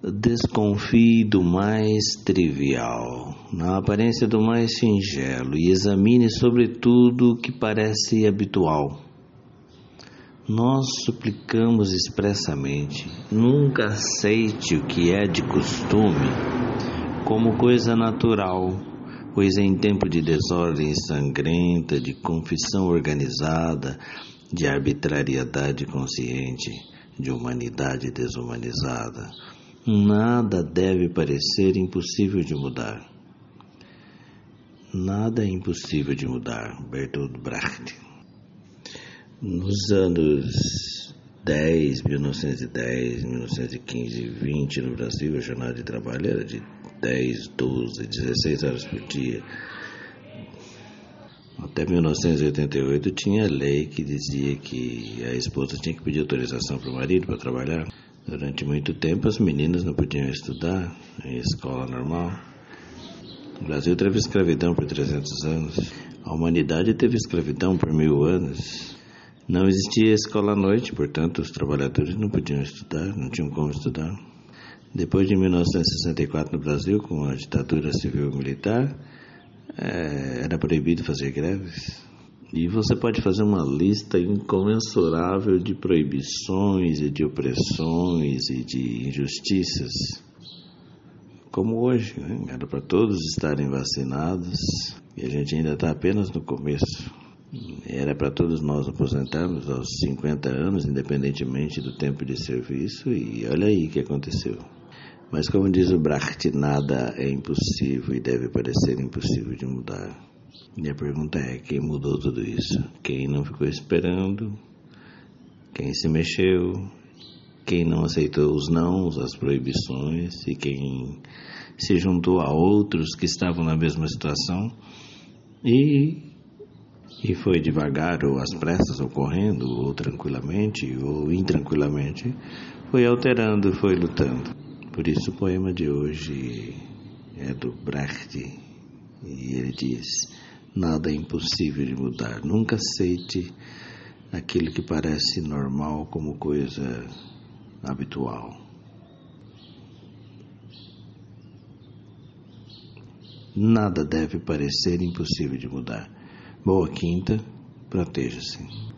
Desconfie do mais trivial, na aparência do mais singelo, e examine sobretudo o que parece habitual. Nós suplicamos expressamente, nunca aceite o que é de costume como coisa natural, pois em tempo de desordem sangrenta, de confissão organizada, de arbitrariedade consciente, de humanidade desumanizada, nada deve parecer impossível de mudar. Nada é impossível de mudar. Bertolt Brecht. Nos anos 1910, 1915 e 20 no Brasil, a jornada de trabalho era de 10, 12, 16 horas por dia. Até 1988 tinha lei que dizia que a esposa tinha que pedir autorização para o marido para trabalhar. Durante muito tempo as meninas não podiam estudar em escola normal. O Brasil teve escravidão por 300 anos. A humanidade teve escravidão por 1000 anos. Não existia escola à noite, portanto os trabalhadores não podiam estudar, não tinham como estudar. Depois de 1964 no Brasil, com a ditadura civil-militar, era proibido fazer greves. E você pode fazer uma lista incomensurável de proibições e de opressões e de injustiças. Como hoje, né? Era para todos estarem vacinados e a gente ainda está apenas no começo. Era para todos nós aposentarmos aos 50 anos, independentemente do tempo de serviço, e olha aí o que aconteceu. Mas como diz o Brecht, nada é impossível e deve parecer impossível de mudar. E a pergunta é, quem mudou tudo isso? Quem não ficou esperando? Quem se mexeu? Quem não aceitou os nãos, as proibições? E quem se juntou a outros que estavam na mesma situação? E foi devagar, ou às pressas, ou correndo, ou tranquilamente, ou intranquilamente, foi alterando, foi lutando. Por isso o poema de hoje é do Brecht, e ele diz, nada é impossível de mudar, nunca aceite aquilo que parece normal como coisa habitual. Nada deve parecer impossível de mudar. Boa quinta, proteja-se.